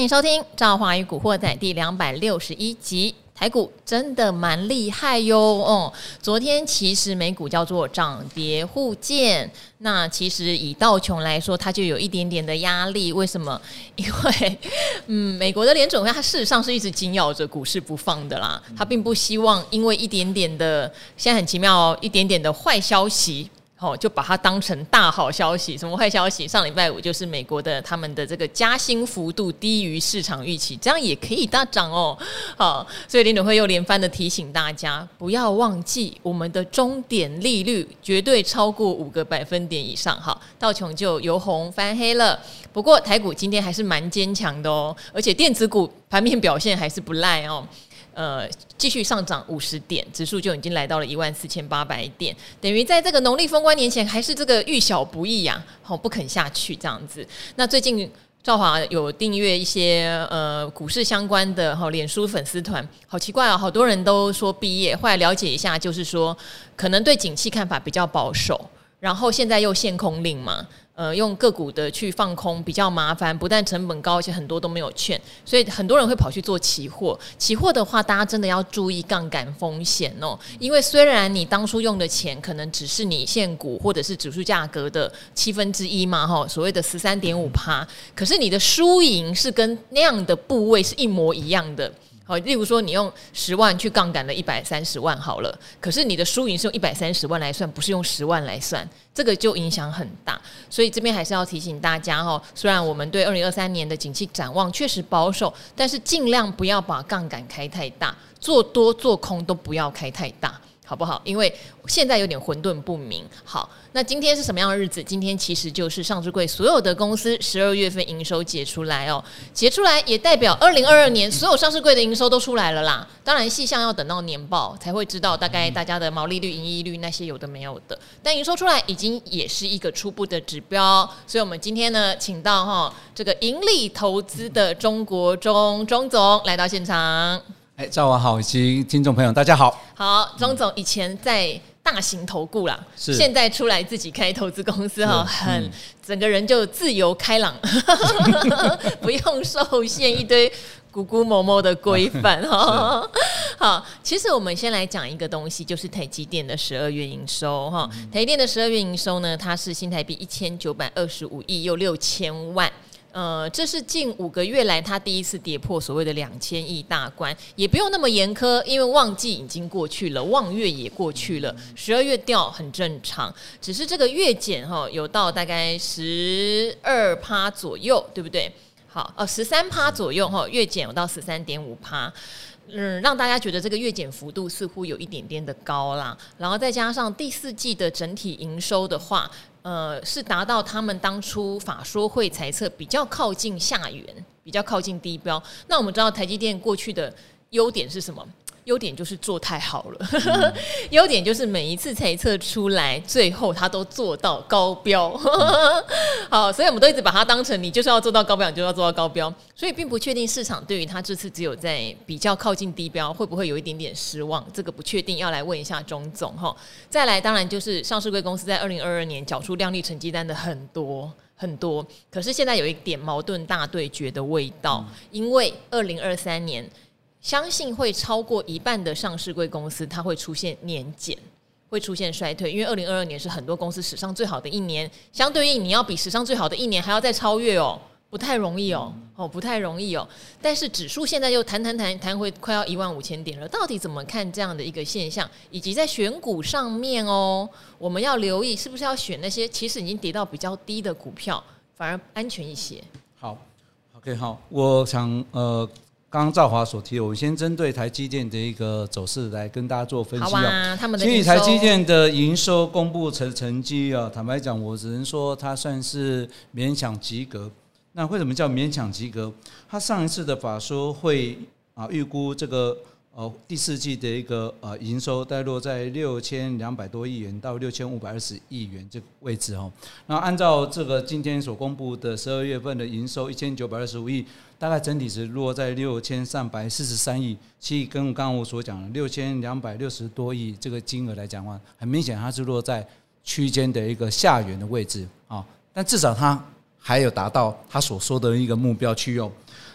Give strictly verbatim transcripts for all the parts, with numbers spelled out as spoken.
欢迎收听《赵华与古惑仔》第两百六十一集。台股真的蛮厉害哟，哦，昨天其实美股叫做涨跌互见，那其实以道琼来说，它就有一点点的压力。为什么？因为嗯，美国的联准会它事实上是一直紧咬着股市不放的啦，它并不希望因为一点点的，现在很奇妙哦，一点点的坏消息。哦，就把它当成大好消息。什么坏消息？上礼拜五就是美国的他们的这个加薪幅度低于市场预期，这样也可以大涨哦。好，所以联准会又连番的提醒大家，不要忘记我们的终点利率绝对超过五个百分点以上。好，道琼就由红翻黑了。不过台股今天还是蛮坚强的哦，而且电子股盘面表现还是不赖哦。呃，继续上涨五十点，指数就已经来到了一万四千八百点，等于在这个农历封关年前还是这个遇小不易呀、啊，好不肯下去这样子。那最近兆华有订阅一些呃股市相关的哈脸书粉丝团，好奇怪啊、哦，好多人都说毕业，后来了解一下，就是说可能对景气看法比较保守，然后现在又限空令嘛。呃，用个股的去放空比较麻烦，不但成本高，而且很多都没有券，所以很多人会跑去做期货。期货的话，大家真的要注意杠杆风险哦，因为虽然你当初用的钱可能只是你现股或者是指数价格的七分之一嘛，哈，所谓的十三点五趴，可是你的输赢是跟那样的部位是一模一样的。好，例如说你用十万去杠杆了一百三十万好了，可是你的输赢是用一百三十万来算，不是用十万来算，这个就影响很大。所以这边还是要提醒大家哈，虽然我们对二零二三年的景气展望确实保守，但是尽量不要把杠杆开太大，做多做空都不要开太大。好不好？因为现在有点混沌不明。好，那今天是什么样的日子？今天其实就是上市柜所有的公司十二月份营收结出来哦，结出来也代表二零二二年所有上市柜的营收都出来了啦。当然细项要等到年报才会知道，大概大家的毛利率、盈利率那些有的没有的。但营收出来已经也是一个初步的指标，所以我们今天呢，请到哈这个盈利投资的钟国忠钟总来到现场。 哎，赵华好，以及听众朋友大家好。 好，钟总以前在大型投顾啦，现在出来自己开投资公司哈，很、嗯、整个人就自由开朗，不用受限一堆咕咕某某的规范哈。好，其实我们先来讲一个东西，就是台积电的十二月营收哈。台积电的十二月营收呢，它是新台币一千九百二十五亿又六千万。呃，这是近五个月来他第一次跌破所谓的两千亿大关，也不用那么严苛，因为旺季已经过去了，旺月也过去了，十二月掉很正常，只是这个月减哈有到大概十二趴左右，对不对？好，呃，十三趴左右哈，月减有到十三点五趴。嗯，让大家觉得这个月减幅度似乎有一点点的高啦，然后再加上第四季的整体营收的话，呃，是达到他们当初法说会财测比较靠近下缘，比较靠近低标。那我们知道台积电过去的优点是什么？优点就是做太好了，优、嗯、点就是每一次财测出来，最后它都做到高标。好，所以我们都一直把它当成你就是要做到高标，你就要做到高标，所以并不确定市场对于它这次只有在比较靠近低标，会不会有一点点失望？这个不确定，要来问一下钟总哈。再来，当然就是上市柜公司在二零二二年缴出亮丽成绩单的很多。很多，可是现在有一点矛盾大对决的味道，嗯、因为二零二三年。相信会超过一半的上市柜公司，它会出现年减，会出现衰退，因为二零二二年是很多公司史上最好的一年，相对应你要比史上最好的一年还要再超越哦，不太容易哦，哦不太容易哦。但是指数现在又弹弹弹弹回快要一万五千点了，到底怎么看这样的一个现象？以及在选股上面哦，我们要留意是不是要选那些其实已经跌到比较低的股票，反而安全一些。 好 ，OK， 好，我想呃。刚刚兆华所提的，我先针对台积电的一个走势来跟大家做分析。 好啊，他们的营收。其实台积电的营收公布成成绩啊，坦白讲，我只能说它算是勉强及格。那为什么叫勉强及格？它上一次的法说会啊，预估这个呃第四季的一个呃营收大概落在六千两百多亿元到六千五百二十亿元这个位置哦。那按照这个今天所公布的十二月份的营收一千九百二十五亿。大概整体是落在六千三百四十三亿，其实跟刚刚我所讲的六千两百六十多亿这个金额来讲的话，很明显它是落在区间的一个下缘的位置啊。但至少它还有达到它所说的一个目标区哦。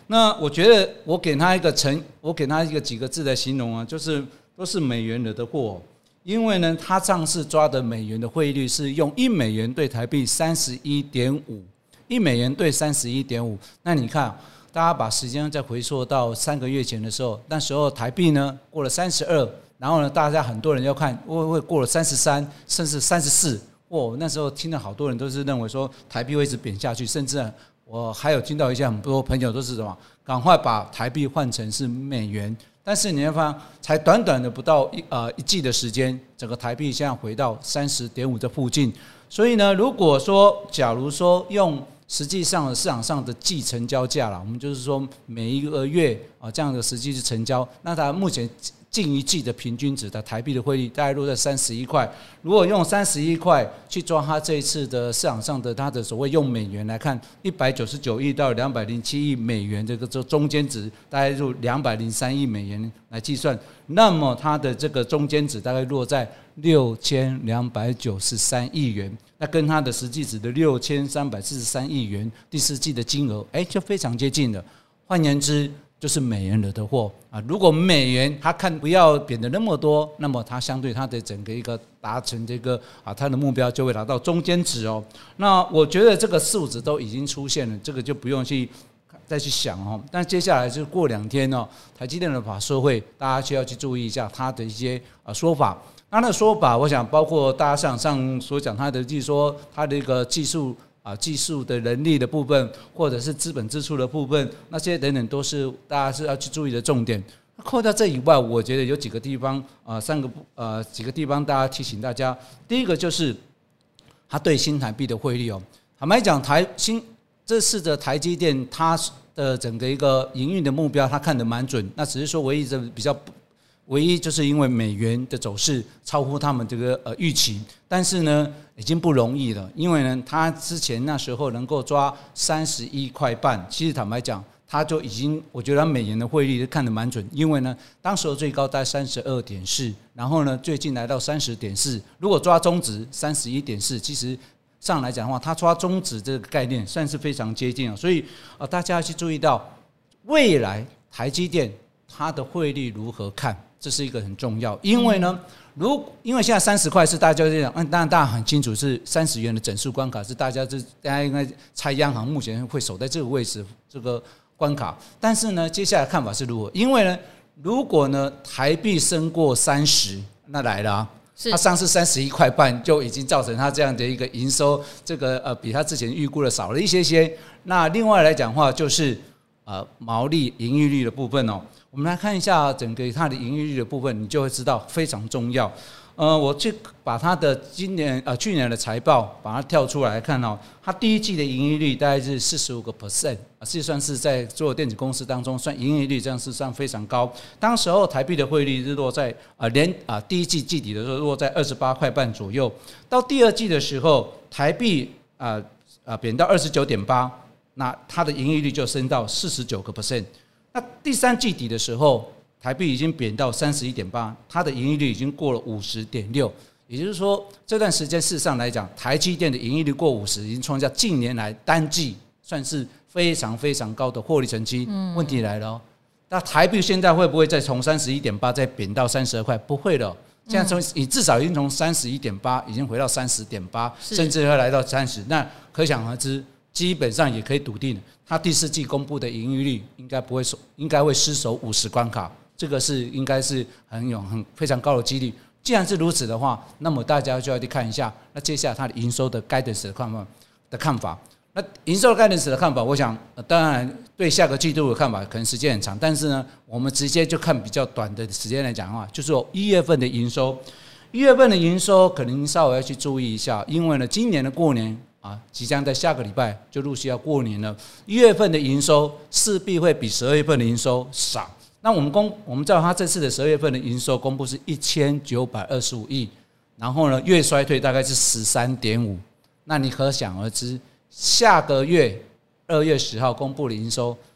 那我觉得我给他一个成，我给他一个几个字的形容啊，就是都是美元惹的祸。因为呢，他上次抓的美元的汇率是用一美元兑台币三十一点五，一美元兑三十一点五。那你看，大家把时间再回溯到三个月前的时候，那时候台币呢过了三十二，然后呢，大家很多人要看会不会过了三十三，甚至三十四。哦，那时候听到好多人都是认为说台币会一直贬下去，甚至我还有听到一些很多朋友都是什么，赶快把台币换成是美元。但是你会发现，才短短的不到一呃一季的时间，整个台币现在回到三十点五这附近。所以呢，如果说假如说用实际上的市场上的季成交价啦，我们就是说每一个月啊这样的实际是成交，那它目前近一季的平均值的台币的汇率大概落在三十一块。如果用三十一块去抓它这一次的市场上的它的所谓用美元来看，一百九十九亿到两百零七亿美元这个中间值大概入两百零三亿美元来计算，那么它的这个中间值大概落在六千两百九十三亿元，那跟它的实际值的六千三百四十三亿元第四季的金额，哎，就非常接近了。换言之，就是美元惹的祸啊！如果美元它看不要贬得那么多，那么它相对它的整个一个达成这个啊它的目标就会达到中间值哦。那我觉得这个数值都已经出现了，这个就不用去再去想哦。但接下来就是过两天哦，台积电的法说会，大家需要去注意一下它的一些啊说法。它的说法，我想包括大家市场上所讲它的，就是说它的一个技术。啊，技术的能力的部分，或者是资本支出的部分，那些等等都是大家是要去注意的重点。扣掉这以外，我觉得有几个地方啊，三个呃几个地方，大家提醒大家。第一个就是它对新台币的汇率哦，坦白讲，台新这次的台积电它的整个一个营运的目标，它看得蛮准，那只是说唯一的比较。唯一就是因为美元的走势超乎他们这个呃预期，但是呢已经不容易了，因为呢他之前那时候能够抓三十一块半，其实坦白讲，他就已经我觉得他美元的汇率看得蛮准，因为呢当时最高在三十二点四，然后呢最近来到三十点四，如果抓中值三十一点四，其实上来讲的话，他抓中值这个概念算是非常接近了，所以呃大家要去注意到未来台积电它的汇率如何看。这是一个很重要，因为呢，如因为现在三十块是大家这样，嗯，当然大家很清楚是三十元的整数关卡，是大家这大家应该猜央行目前会守在这个位置这个关卡。但是呢，接下来看法是如何？因为呢，如果呢台币升过三十，那来了啊，它上次三十一块半就已经造成它这样的一个营收，这个呃比它之前预估的少了一些些。那另外来讲的话，就是呃毛利盈余率的部分哦。我们来看一下整个它的盈余率的部分，你就会知道非常重要。呃，我去把它的今年呃去年的财报把它跳出来看哦，它第一季的盈余率大概是四十五个 percent， 啊，实际算是在所有电子公司当中算盈余率这样是算非常高。当时候台币的汇率是落在啊连啊第一季季底的时候落在二十八块半左右，到第二季的时候台币啊啊贬到二十九点八，那它的盈余率就升到四十九个 percent。那第三季底的时候，台币已经贬到三十一点八，它的盈利率已经过了五十点六，也就是说这段时间事实上来讲，台积电的盈利率过五十，已经创下近年来单季算是非常非常高的获利成绩。嗯、问题来了、哦，那台币现在会不会再从三十一点八再贬到三十二块？不会了。现在从你至少已经从三十一点八已经回到三十点八，甚至会来到三十，那可想而知。基本上也可以笃定，它第四季公布的盈余率应该不会守，应该会失守五十关卡，这个是应该是很有很非常高的几率。既然是如此的话，那么大家就要去看一下，那接下来它的营收的 guidance 的看法的看法。那营收的 guidance 的看法，我想、呃、当然对下个季度的看法可能时间很长，但是呢，我们直接就看比较短的时间来讲的话，就是一月份的营收，一月份的营收可能稍微要去注意一下，因为呢，今年的过年。啊，即将在下个礼拜就陆续要过年了。一月份的营收势必会比十二月份的营收少。那我们公我们知道，它这次的十二月份的营收公布是一千九百二十五亿，然后呢，月衰退大概是十三点五。那你可想而知，下个月二月十号公布的营收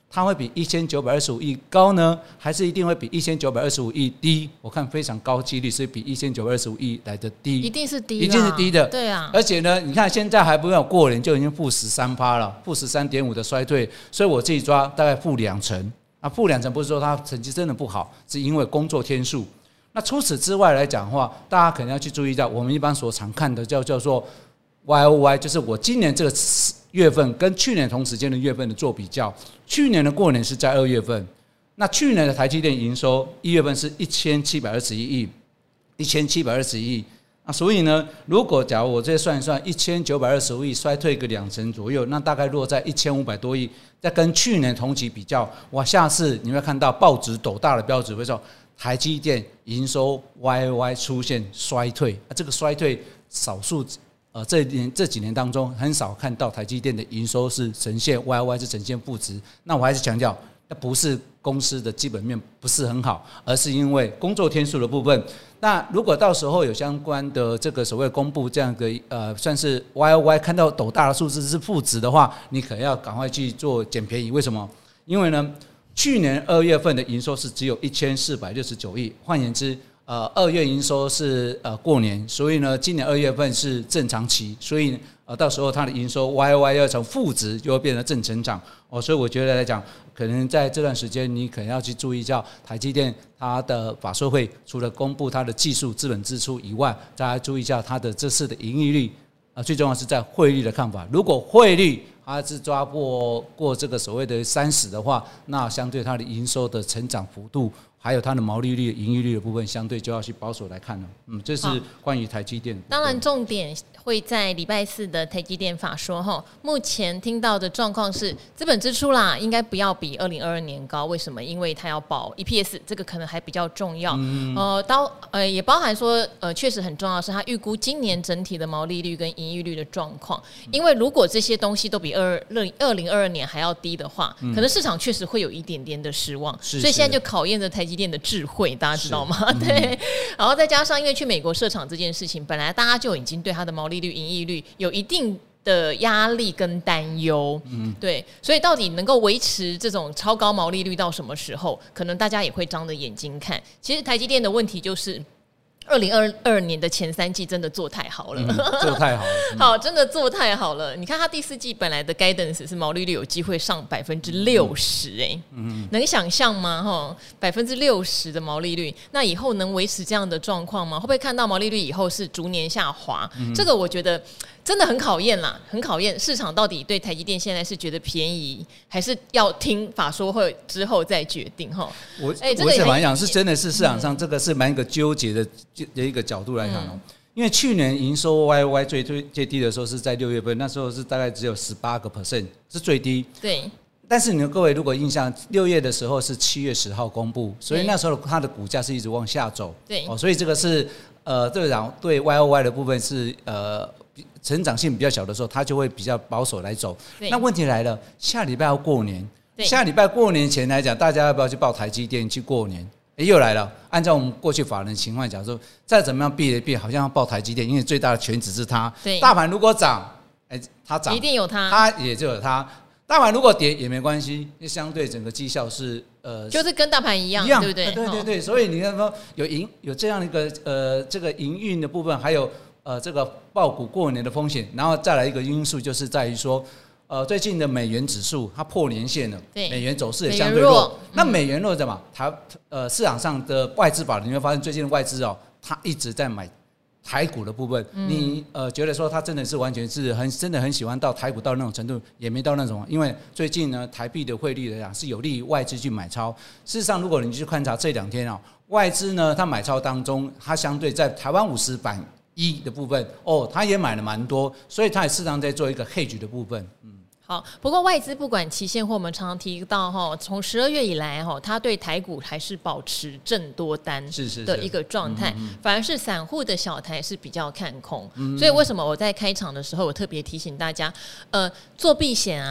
它会比一千九百二十五亿高呢，还是一定会比一千九百二十五亿低？我看非常高几率是比一千九百二十五亿来的低， 一定是低， 一定是低的。 对啊， 而且呢，你看现在还不用过年就已经负十三趴了，负十三点五的衰退，所以我自己抓大概负两成啊，负两成不是说它成绩真的不好，是因为工作天数。那除此之外来讲的话，大家可能要去注意到，我们一般所常看的叫叫做 Y O Y， 就是我今年这个月份跟去年同时间的月份的做比较。去年的过年是在二月份，那去年的台积电营收一月份是一千七百二十一亿，一千七百二十一亿。那所以呢，如果假如我这算一算，一千九百二十五亿衰退个两成左右，那大概落在一千五百多亿。再跟去年同期比较，哇，下次你会看到报纸斗大的标志会说台积电营收 Y O Y 出现衰退。啊，这个衰退少数。呃，这年这几年当中，很少看到台积电的营收是呈现 Y O Y 是呈现负值。那我还是强调，那不是公司的基本面不是很好，而是因为工作天数的部分。那如果到时候有相关的这个所谓公布这样的呃，算是 Y O Y 看到斗大的数字是负值的话，你可能要赶快去做捡便宜。为什么？因为呢，去年二月份的营收是只有一千四百六十九亿，换言之。呃，二月营收是呃过年，所以呢，今年二月份是正常期，所以呃到时候它的营收 Y O Y 要从负值就会变成正成长哦，所以我觉得来讲，可能在这段时间你可能要去注意一下台积电它的法说会，除了公布它的技术资本支出以外，再来注意一下它的这次的盈利率啊，最重要是在汇率的看法，如果汇率它是抓过过这个所谓的三十的话，那相对它的营收的成长幅度。还有它的毛利率、盈利率的部分，相对就要去保守来看了。嗯，这是关于台积电。 当然，重点会在礼拜四的台积电法说哈。目前听到的状况是，资本支出啦，应该不要比二零二二年高。为什么？因为它要保 E P S， 这个可能还比较重要。嗯、呃，到呃也包含说，呃，确实很重要的是，它预估今年整体的毛利率跟盈利率的状况。因为如果这些东西都比二二零二二年还要低的话，嗯、可能市场确实会有一点点的失望。所以现在就考验着台积。台积电的智慧，大家知道吗？嗯、对，然后再加上因为去美国设厂这件事情，本来大家就已经对它的毛利率、盈利率有一定的压力跟担忧，嗯，对，所以到底能够维持这种超高毛利率到什么时候，可能大家也会张着眼睛看。其实台积电的问题就是。二零二二年的前三季真的做太好了， 嗯、做太好了， 嗯、好，真的做太好了。你看它第四季本来的 guidance 是毛利率有机会上百分之六十，哎，嗯，能想象吗？哈，百分之六十的毛利率，那以后能维持这样的状况吗？会不会看到毛利率以后是逐年下滑？嗯、这个我觉得真的很考验啦，很考验市场到底对台积电现在是觉得便宜，还是要听法说会之后再决定？哈， 我哎，这个我蛮讲是真的是市场上这个是蛮一个纠结的。的一个角度来看哦，因为去年营收 Y O Y 最最最低的时候是在六月份，那时候是大概只有十八个 percent 是最低。 对。 但是你们各位如果印象，六月的时候是七月十号公布，所以那时候它的股价是一直往下走。 对。 哦，所以这个是呃，这个对 Y O Y 的部分是呃成长性比较小的时候，它就会比较保守来走。那问题来了，下礼拜要过年，下礼拜过年前来讲，大家要不要去报台积电去过年？欸、又来了。按照我们过去法人的情况讲说，再怎么样避一避，好像要报台积电，因为最大的权值是它。大盘如果涨，哎、欸，它涨一定有它， 它也就有它。大盘如果跌也没关系，因为相对整个绩效是呃， 就是跟大盘一样， 一样对不对？ 对对对，所以你看说有营有这样的一个呃这个营运的部分，还有呃这个抱股过年的风险，然后再来一个因素就是在于说。呃，最近的美元指数它破年线了，美元走势也相对弱。弱那美元弱怎么？台呃市场上的外资法人你会发现，最近的外资哦，它一直在买台股的部分。嗯、你呃觉得说它真的是完全是很真的很喜欢到台股到那种程度，也没到那种，因为最近呢台币的汇率来讲是有利于外资去买超。事实上，如果你去观察这两天啊、哦，外资呢它买超当中，它相对在台湾五十版一的部分哦，它也买了蛮多，所以它也适当在做一个 hedge 的部分，嗯。 好，不过外资不管期现货，我们常常提到哈，从十二月以来哈，它对台股还是保持正多单的一个状态，反而是散户的小台是比较看空。嗯、所以为什么我在开场的时候，我特别提醒大家，呃，做避险啊，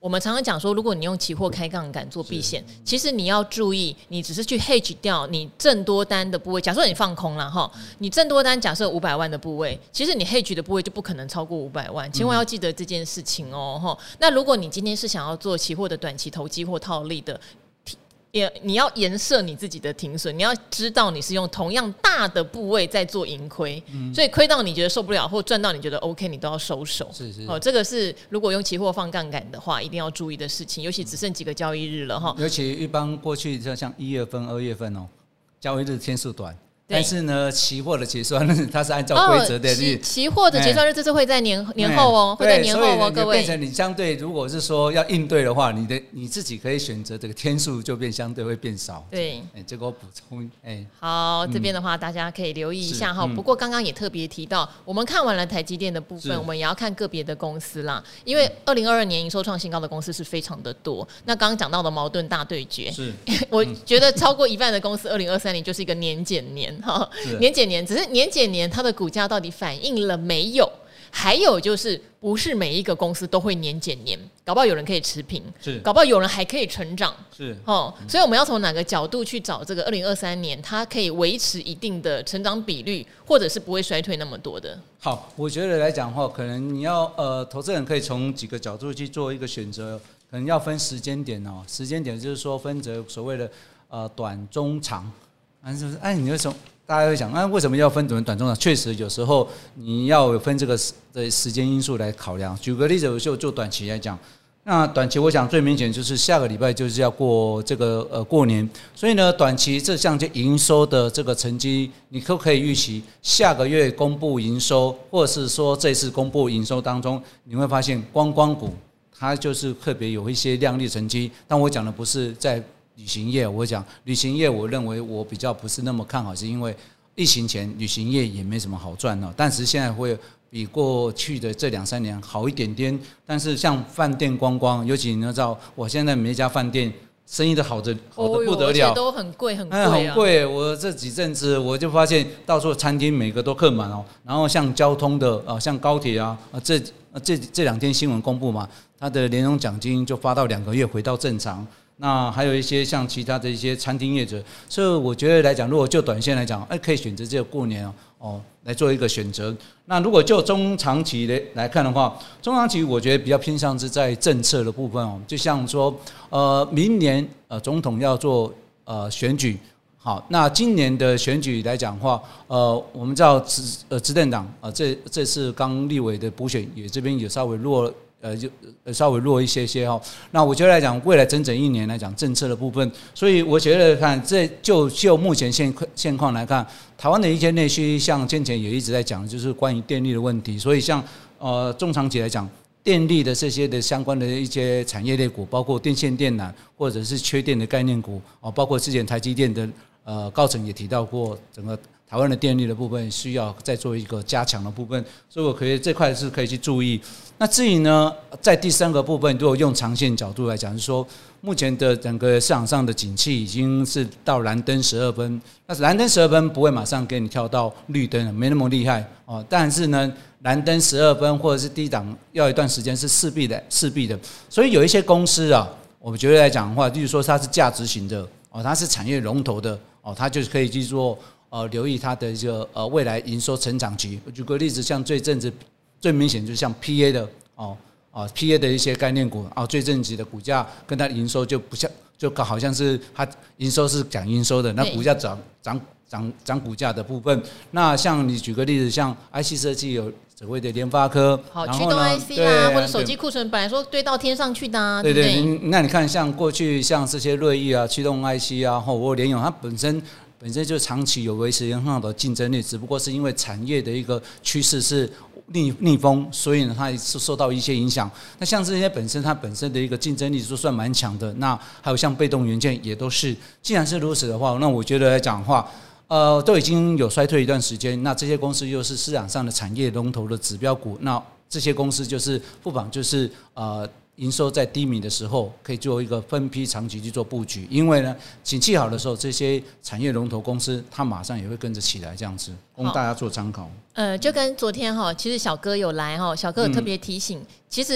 我们常常讲说，如果你用期货开杠杆做避险，其实你要注意，你只是去 hedge 掉你正多单的部位。假设你放空了哈，你正多单假设五百万的部位，其实你 hedge 的部位就不可能超过五百万，千万要记得这件事情哦。哈、嗯，那如果你今天是想要做期货的短期投机或套利的，也你要严设你自己的停损，你要知道你是用同样大的部位在做盈亏、嗯，所以亏到你觉得受不了，或赚到你觉得 OK， 你都要收手。 是是哦，这个是如果用期货放杠杆的话，一定要注意的事情，尤其只剩几个交易日了哈。 尤其一般过去就像一月份、二月份哦，交易日天数短。但是呢，期货的结算日它是按照规则的日、 哦，期货的结算日这次会在年年后哦，会在年后哦，各位。 变成你相对，如果是说要应对的话，你的你自己可以选择这个天数就变相对会变少。 对， 哎，这个我补充。哎， 好，这边的话、嗯、大家可以留意一下哈、嗯。不过刚刚也特别提到，我们看完了台积电的部分，我们也要看个别的公司啦。因为二零二二年营收创新高的公司是非常的多。那刚刚讲到的矛盾大对决， 是我觉得超过一半的公司，二零二三年就是一个年减年哈，年减。年只是年减年，它的股价到底反映了没有？还有就是，不是每一个公司都会年减年，搞不好有人可以持平， 是搞不好有人还可以成长， 是哦。所以我们要从哪个角度去找这个二零二三年，它可以维持一定的成长比率，或者是不会衰退那么多的？ 好，我觉得来讲的话，可能你要呃，投资人可以从几个角度去做一个选择，可能要分时间点哦。时间点就是说分着所谓的呃短、中、长，啊，是不是？哎，你为什么？大家会想，那、啊、为什么要分短、中、长？确实，有时候你要分这个的时间因素来考量。举个例子，就就短期来讲，那短期我想最明显就是下个礼拜就是要过这个呃过年，所以呢，短期这项就营收的这个成绩，你可不可以预期下个月公布营收，或者是说这次公布营收当中，你会发现观光股它就是特别有一些亮丽成绩，但我讲的不是在旅行业，我讲旅行业，我认为我比较不是那么看好，是因为疫情前旅行业也没什么好赚哦，但是现在会比过去的这两三年好一点点。但是像饭店观光，尤其你要知道，我现在每一家饭店生意都好的好的不得了，而且都很贵很贵、啊嗯，很贵。我这几阵子我就发现，到处餐厅每个都客满哦。然后像交通的啊，像高铁啊，这这这两天新闻公布嘛，它的年终奖金就发到两个月回到正常。那还有一些像其他的一些餐厅业者，所以我觉得来讲，如果就短线来讲，哎，可以选择这个过年哦来做一个选择。那如果就中长期来来看的话，中长期我觉得比较偏向是在政策的部分哦，就像说，呃，明年呃总统要做呃选举，好，那今年的选举来讲的话，呃，我们知道执呃执政党啊、呃，这这次刚立委的补选也这边也稍微弱。呃，就稍微弱一些些哈。那我觉得来讲，未来整整一年来讲，政策的部分，所以我觉得看这就就目前现现况来看，台湾的一些内需，像先前也一直在讲，就是关于电力的问题。所以像呃中长期来讲，电力的这些的相关的一些产业类股，包括电线电缆或者是缺电的概念股哦，包括之前台积电的呃高层也提到过，整个台湾的电力的部分需要再做一个加强的部分，所以我可以这块是可以去注意。那至于呢，在第三个部分，如果用长线角度来讲，是说目前的整个市场上的景气已经是到蓝灯十二分，那蓝灯十二分不会马上给你跳到绿灯了，没那么厉害哦。但是呢，蓝灯十二分或者是低档要一段时间是势必的，势必的。所以有一些公司啊，我觉得来讲的话，例如说它是价值型的哦，它是产业龙头的哦，它就可以去做呃留意它的这个呃未来营收成长期。我举个例子，像这阵子。最明显就像 P A 的哦哦 P A 的一些概念股啊，最近期的股价跟它的营收就不像，就好像是它营收是讲营收的，那股价涨涨涨涨股价的部分。那像你举个例子，像 I C 设计有所谓的联发科， 好驱动 I C 啊，或者手机库存本来说堆到天上去的啊，对不对？ 对，那你看像过去像这些瑞昱啊、驱动 I C 啊，或联咏，它本身。本身就长期有维持很好的竞争力，只不过是因为产业的一个趋势是逆逆风，所以呢它是受到一些影响。那像这些本身它本身的一个竞争力就算蛮强的，那还有像被动元件也都是。既然是如此的话，那我觉得来讲的话，呃，都已经有衰退一段时间，那这些公司又是市场上的产业龙头的指标股，那这些公司就是不妨就是呃。营收在低迷的时候，可以做一个分批长期去做布局，因为呢，景气好的时候，这些产业龙头公司它马上也会跟着起来，这样子供大家做参考。 呃，就跟昨天哈，其实小哥有来哈，小哥有特别提醒，嗯、其实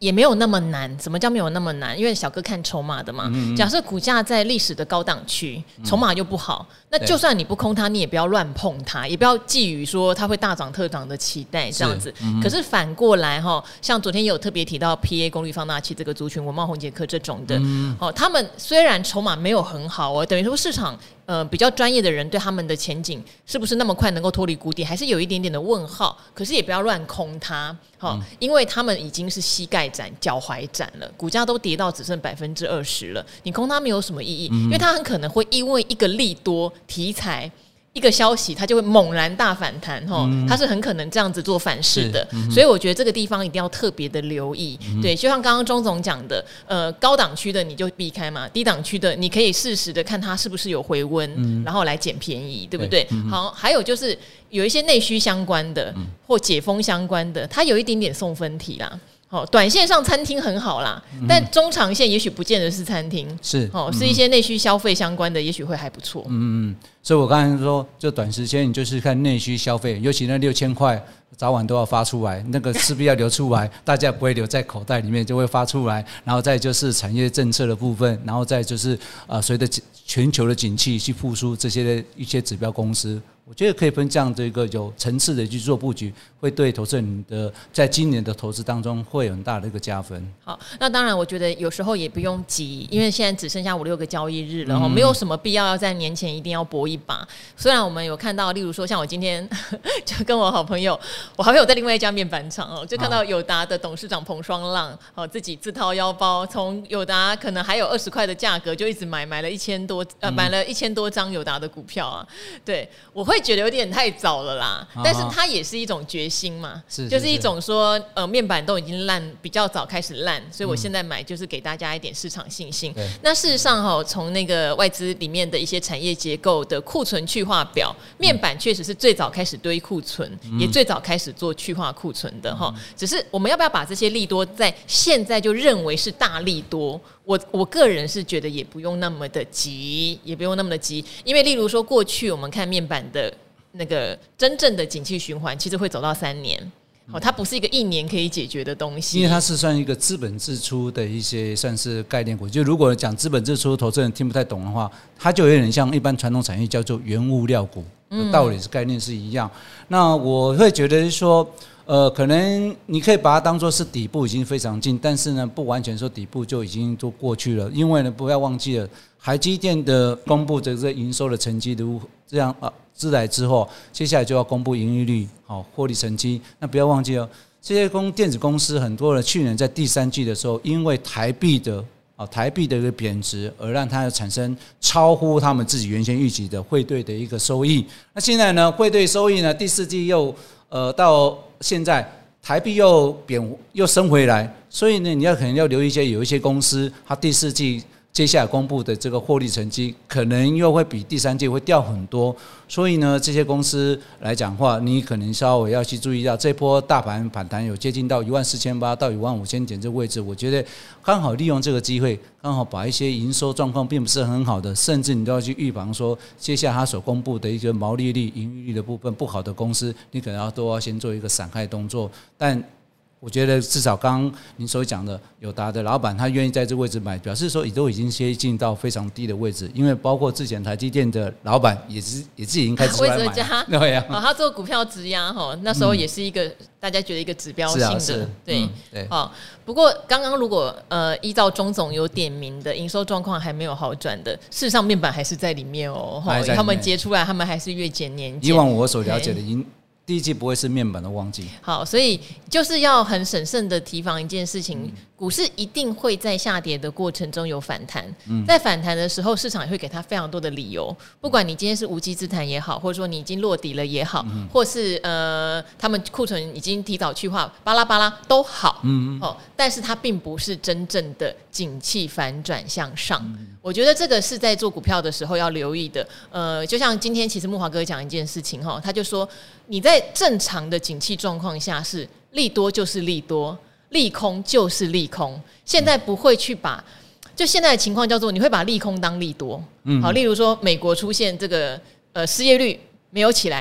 也没有那么难。什么叫没有那么难？因为小哥看筹码的嘛。嗯嗯，假设股价在历史的高档区，筹码又不好，那就算你不空它，你也不要乱碰它，也不要寄予说它会大涨特涨的期待这样子。嗯、可是反过来哈，像昨天也有特别提到 P A 功率放大器这个族群，文茂、宏捷科这种的，嗯、哦，他们虽然筹码没有很好哦，等于说市场呃比较专业的人对他们的前景是不是那么快能够脱离谷底，还是有一点点的问号。可是也不要乱空它。哦，因为他们已经是膝盖斩、脚踝斩了，股价都跌到只剩百分之二十了，你空它没有什么意义，因为它很可能会因为一个利多题材。一个消息，它就会猛然大反弹，哈、嗯，它是很可能这样子做反噬的，嗯、所以我觉得这个地方一定要特别的留意。嗯、对，就像刚刚钟总讲的，呃，高档区的你就避开嘛，低档区的你可以适时的看它是不是有回温，嗯、然后来捡便宜，对不对？对嗯、好，还有就是有一些内需相关的、嗯、或解封相关的，它有一点点送分题啦。哦，短线上餐厅很好啦，嗯、但中长线也许不见得是餐厅，是哦，是一些内需消费相关的，也许会还不错。嗯嗯，所以我刚才说，就短时间你就是看内需消费，尤其那六千块早晚都要发出来，那个势必要流出来，大家不会留在口袋里面，就会发出来。然后再就是产业政策的部分，然后再就是呃，随着全球的景气去复苏，这些的一些指标公司。我觉得可以分这样的一个有层次的去做布局，会对投资人的在今年的投资当中会有很大的一个加分。 好，那当然，我觉得有时候也不用急，因为现在只剩下五六个交易日了，嗯、没有什么必要要在年前一定要搏一把。虽然我们有看到，例如说像我今天就跟我好朋友，我好朋友在另外一家面板厂哦，就看到友达的董事长彭双浪哦，自己自掏腰包，从友达可能还有二十块的价格就一直买，买了一千多呃，买了一千多张友达的股票啊。对，我会觉得有点太早了啦，但是它也是一种决心嘛，是是是就是一种说呃面板都已经烂，比较早开始烂，所以我现在买就是给大家一点市场信心。嗯、那事实上哈，从那个外资里面的一些产业结构的库存去化表，面板确实是最早开始堆库存，嗯、也最早开始做去化库存的哈。嗯、只是我们要不要把这些利多在现在就认为是大利多？我我个人是觉得也不用那么的急，也不用那么的急，因为例如说过去我们看面板的那个真正的景气循环，其实会走到三年，哦，它不是一个一年可以解决的东西， 因为它是算一个资本支出的一些算是概念股。就如果讲资本支出，投资人听不太懂的话，它就有点像一般传统产业叫做原物料股，嗯、道理是概念是一样。那我会觉得说。呃，可能你可以把它当作是底部已经非常近，但是呢，不完全说底部就已经都过去了，因为呢，不要忘记了，台积电的公布这个营收的成绩如这样啊，之来之后，接下来就要公布盈利率、好获利成绩。那不要忘记了，这些公电子公司很多人去年在第三季的时候，因为台币的啊台币的一个贬值，而让它产生超乎他们自己原先预期的汇兑的一个收益。那现在呢，汇兑收益呢，第四季又呃到现在台币又贬又升回来，所以呢，你要可能要留意一些有一些公司，它第四季接下来公布的这个获利成绩，可能又会比第三季会掉很多。所以呢，这些公司来讲话，你可能稍微要去注意到，这波大盘反弹有接近到一万四千八到一万五千点这个位置，我觉得刚好利用这个机会，刚好把一些营收状况并不是很好的，甚至你都要去预防说，接下来它所公布的一个毛利率、盈利率的部分不好的公司，你可能要都要先做一个闪开动作，但。我觉得至少刚刚您所讲的友达的老板，他愿意在这个位置买，表示说也都已经接近到非常低的位置，因为包括之前台积电的老板也是也是已经开始出来买了， 对呀、啊哦，他做股票质押哈，那时候也是一个、嗯、大家觉得一个指标性的，是啊是对、嗯、对。哦，不过刚刚如果呃依照钟总有点名的营收状况还没有好转的，事实上面板还是在里面哦，他们结出来，他们还是月减年减。 以往我所了解的营。第一季不会是面板的旺季， 好，所以就是要很审慎的提防一件事情，嗯、股市一定会在下跌的过程中有反弹，嗯、在反弹的时候，市场也会给他非常多的理由，不管你今天是无稽之谈也好，或者说你已经落底了也好，嗯、或是呃他们库存已经提早去化，巴拉巴拉都好，嗯哦，但是它并不是真正的景气反转向上，嗯、我觉得这个是在做股票的时候要留意的，呃，就像今天其实木华哥讲一件事情哈，他就说你在正常的景气状况下是利多就是利多，利空就是利空。现在不会去把，就现在的情况叫做你会把利空当利多。嗯，好，例如说美国出现这个呃失业率没有起来，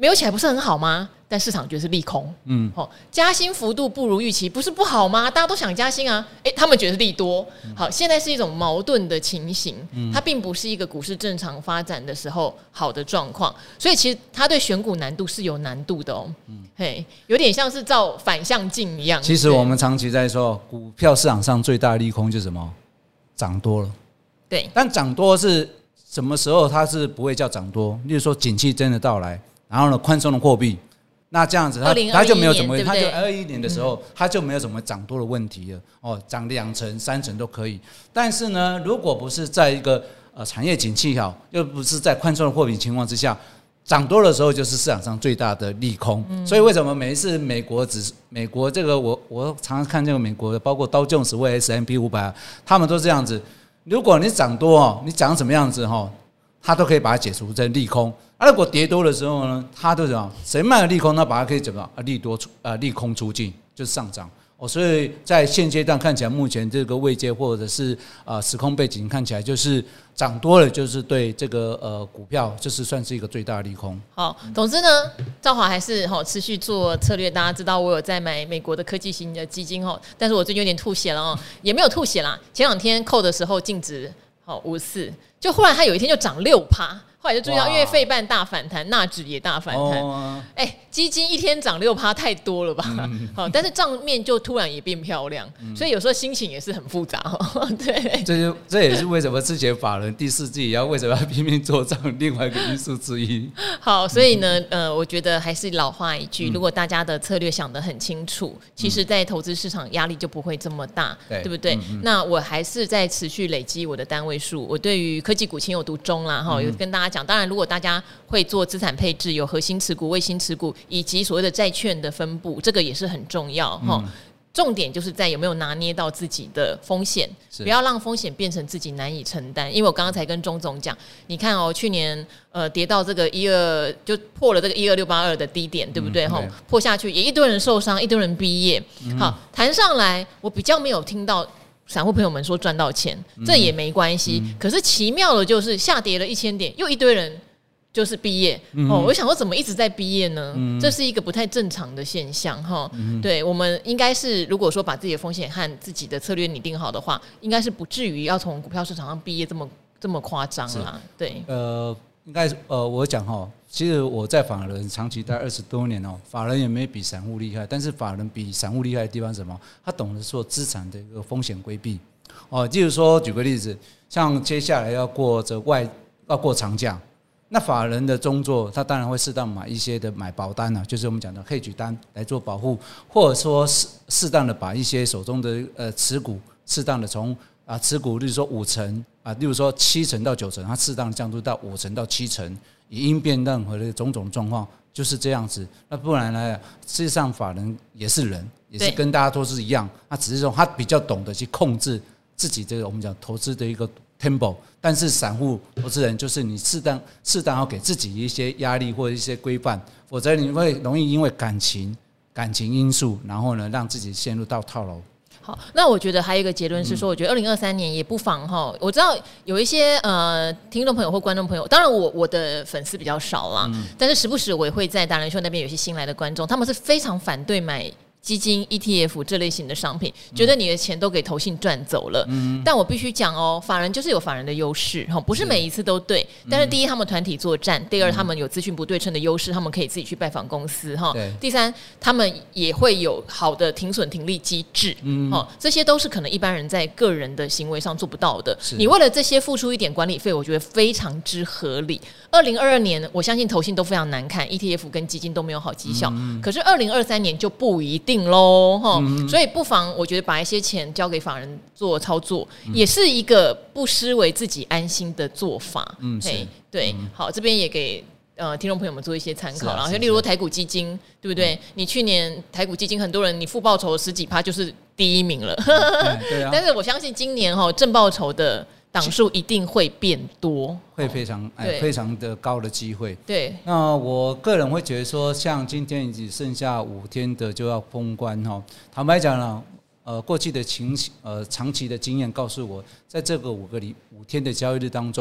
没有起来不是很好吗？但市场觉得是利空，嗯，好、哦，加薪幅度不如预期，不是不好吗？大家都想加薪啊，哎，他们觉得是利多。好，现在是一种矛盾的情形，它并不是一个股市正常发展的时候好的状况，所以其实它对选股难度是有难度的哦，嗯，嘿，有点像是照反向镜一样。 其实我们长期在说，股票市场上最大的利空就是什么？涨多了， 对， 但涨多是什么时候？它是不会叫涨多，例如说景气真的到来，然后呢宽松的货币。那这样子它，它就没有什么，它就二一年的时候，它就没有什么涨多的问题了。哦，涨两成、三成都可以。但是呢，如果不是在一个呃产业景气好，又不是在宽松的货币情况之下，涨多的时候就是市场上最大的利空。嗯、所以为什么每一次美国只美国这个我我常常看这个美国的，包括道琼斯或 S and P 五百，他们都这样子。如果你涨多哦，你涨什么样子哈，它都可以把它解除成利空。啊、如果跌多的时候呢，它都怎么？谁卖了利空，那把它可以怎么啊？利多出啊，利空出尽，就是上涨哦。所以在现阶段看起来，目前这个位阶或者是啊时空背景看起来，就是涨多了，就是对这个呃股票，就是算是一个最大的利空。 好，总之呢，兆华还是哈持续做策略。大家知道我有在买美国的科技型的基金哈，但是我最近有点吐血了哦，也没有吐血啦。前两天扣的时候净值好五四，就忽然它有一天就涨六趴。后来就注意到，因为费半大反弹，纳指也大反弹，哎、哦欸，基金一天涨六趴，太多了吧？嗯、好，但是账面就突然也变漂亮，嗯、所以有时候心情也是很复杂。对， 这就这也是为什么之前法人第四季也要为什么要拼命做账另外一个因素之一。 好，所以呢，呃，我觉得还是老话一句，如果大家的策略想得很清楚，嗯、其实在投资市场压力就不会这么大，对，对不对？嗯嗯那我还是在持续累积我的单位数，我对于科技股情有独钟啦，哈，有跟大家。讲，当然，如果大家会做资产配置，有核心持股、卫星持股，以及所谓的债券的分布，这个也是很重要哈。嗯、重点就是在有没有拿捏到自己的风险，不要让风险变成自己难以承担。因为我刚刚才跟钟总讲，你看哦，去年呃跌到这个一二就破了这个一二六八二的低点，对不对？哈、嗯，破下去也一堆人受伤，一堆人毕业。嗯、好，弹上来，我比较没有听到。散户朋友们说赚到钱，这也没关系。嗯、可是奇妙的就是下跌了一千点，又一堆人就是毕业。嗯、哦，我想说怎么一直在毕业呢？嗯、这是一个不太正常的现象哈。嗯、对，我们应该是如果说把自己的风险和自己的策略拟定好的话，应该是不至于要从股票市场上毕业这么这么夸张啦。对， 呃，应该呃，我讲哈。其实我在法人长期待二十多年哦，法人也没比散户厉害，但是法人比散户厉害的地方是什么？他懂得做资产的一个风险规避哦。例如说，举个例子，像接下来要过这外要过长假，那法人的工作，他当然会适当买一些的买保单啊，就是我们讲的 hedge 单来做保护，或者说适适当的把一些手中的呃持股，适当的从啊持股，例如说五成啊，例如说七成到九成，它适当的降低到五成到七成。以应变任何的种种状况，就是这样子。那不然呢？事实上，法人也是人，也是跟大家都是一样。他只是说他比较懂得去控制自己这个我们讲投资的一个 tempo。但是散户投资人就是你适当适当要给自己一些压力或者一些规范，否则你会容易因为感情感情因素，然后呢让自己陷入到套牢。 好，那我觉得还有一个结论是说，我觉得二零二三年也不妨哈。我知道有一些呃听众朋友或观众朋友，当然我我的粉丝比较少啦，嗯、但是时不时我也会在达人秀那边有些新来的观众，他们是非常反对买基金 E T F 这类型的商品，觉得你的钱都给投信赚走了。嗯、但我必须讲哦，法人就是有法人的优势哈，不是每一次都对。嗯、但是第一，他们团体作战；第二，他们有资讯不对称的优势，他们可以自己去拜访公司哈。第三，他们也会有好的停损停利机制。嗯，哦，这些都是可能一般人在个人的行为上做不到的。你为了这些付出一点管理费，我觉得非常之合理。二零二二年，我相信投信都非常难看 ，E T F 跟基金都没有好绩效。嗯、可是二零二三年就不一定喽，哈、嗯，所以不妨我觉得把一些钱交给法人做操作，嗯、也是一个不失为自己安心的做法。嗯，嘿对，嗯、好，这边也给呃听众朋友们做一些参考。然后，例如台股基金，对不对？嗯、你去年台股基金很多人你负报酬十几趴就是第一名了，嗯、对啊。但是我相信今年哈正报酬的档数一定会变多， 会非常、哎、非常的高的机会。 对， 那我个人会觉得说，像今天只剩下五天的就要封关哈。坦白讲呢，呃，过去的情呃长期的经验告诉我，在这个五个里五天的交易日当中，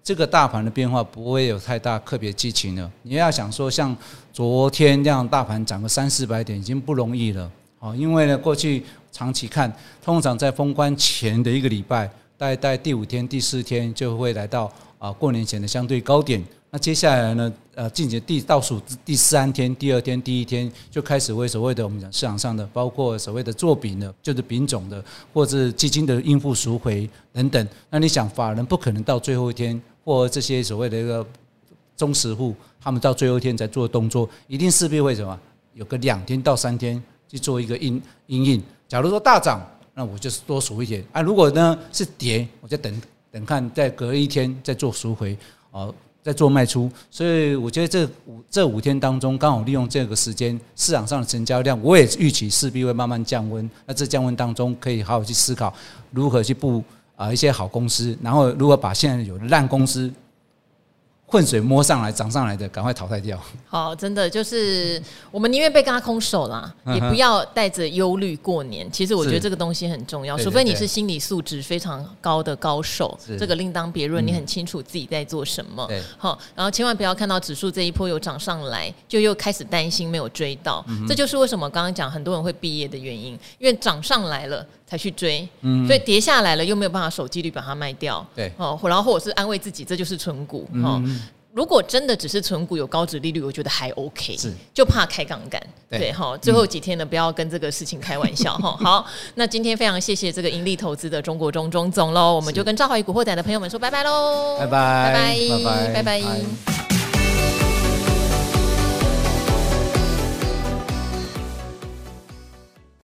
这个大盘的变化不会有太大特别激情了。你要想说像昨天这样大盘涨个三四百点已经不容易了，因为呢过去长期看，通常在封关前的一个礼拜，大概在第五天、第四天就会来到啊过年前的相对高点。那接下来呢，呃，进行第倒数第三天、第二天、第一天就开始为所谓的我们讲市场上的，包括所谓的做饼的，就是饼种的，或者是基金的应付赎回等等。那你想，法人不可能到最后一天，或这些所谓的一个中实户，他们到最后一天才做动作，一定势必会什么？有个两天到三天去做一个因因应。假如说大涨，那我就是多赎一点啊；如果呢是跌，我就等等看，再隔一天再做赎回哦。在做卖出，所以我觉得这五这五天当中，刚好利用这个时间，市场上的成交量，我也预期势必会慢慢降温。那这降温当中，可以好好去思考如何去布啊一些好公司，然后如何把现在有的烂公司混水摸上来、涨上来的，赶快淘汰掉。 好，真的就是我们宁愿被轧空手啦，也不要带着忧虑过年。其实我觉得这个东西很重要，除非你是心理素质非常高的高手，这个另当别论。你很清楚自己在做什么，好，然后千万不要看到指数这一波有涨上来，就又开始担心没有追到。嗯、这就是为什么刚刚讲很多人会毕业的原因，因为涨上来了才去追，嗯、所以跌下来了又没有办法守纪律把它卖掉。对，哦，然后或者是安慰自己，这就是存股。哦嗯如果真的只是存股有高殖利率，我觉得还 OK， 就怕开杠杆。对哈，最后几天呢，不要跟这个事情开玩笑哈。好，那今天非常谢谢这个盈利投资的中国钟钟总喽，我们就跟赵华宇古惑仔的朋友们说拜拜喽， 拜拜拜拜拜拜拜拜。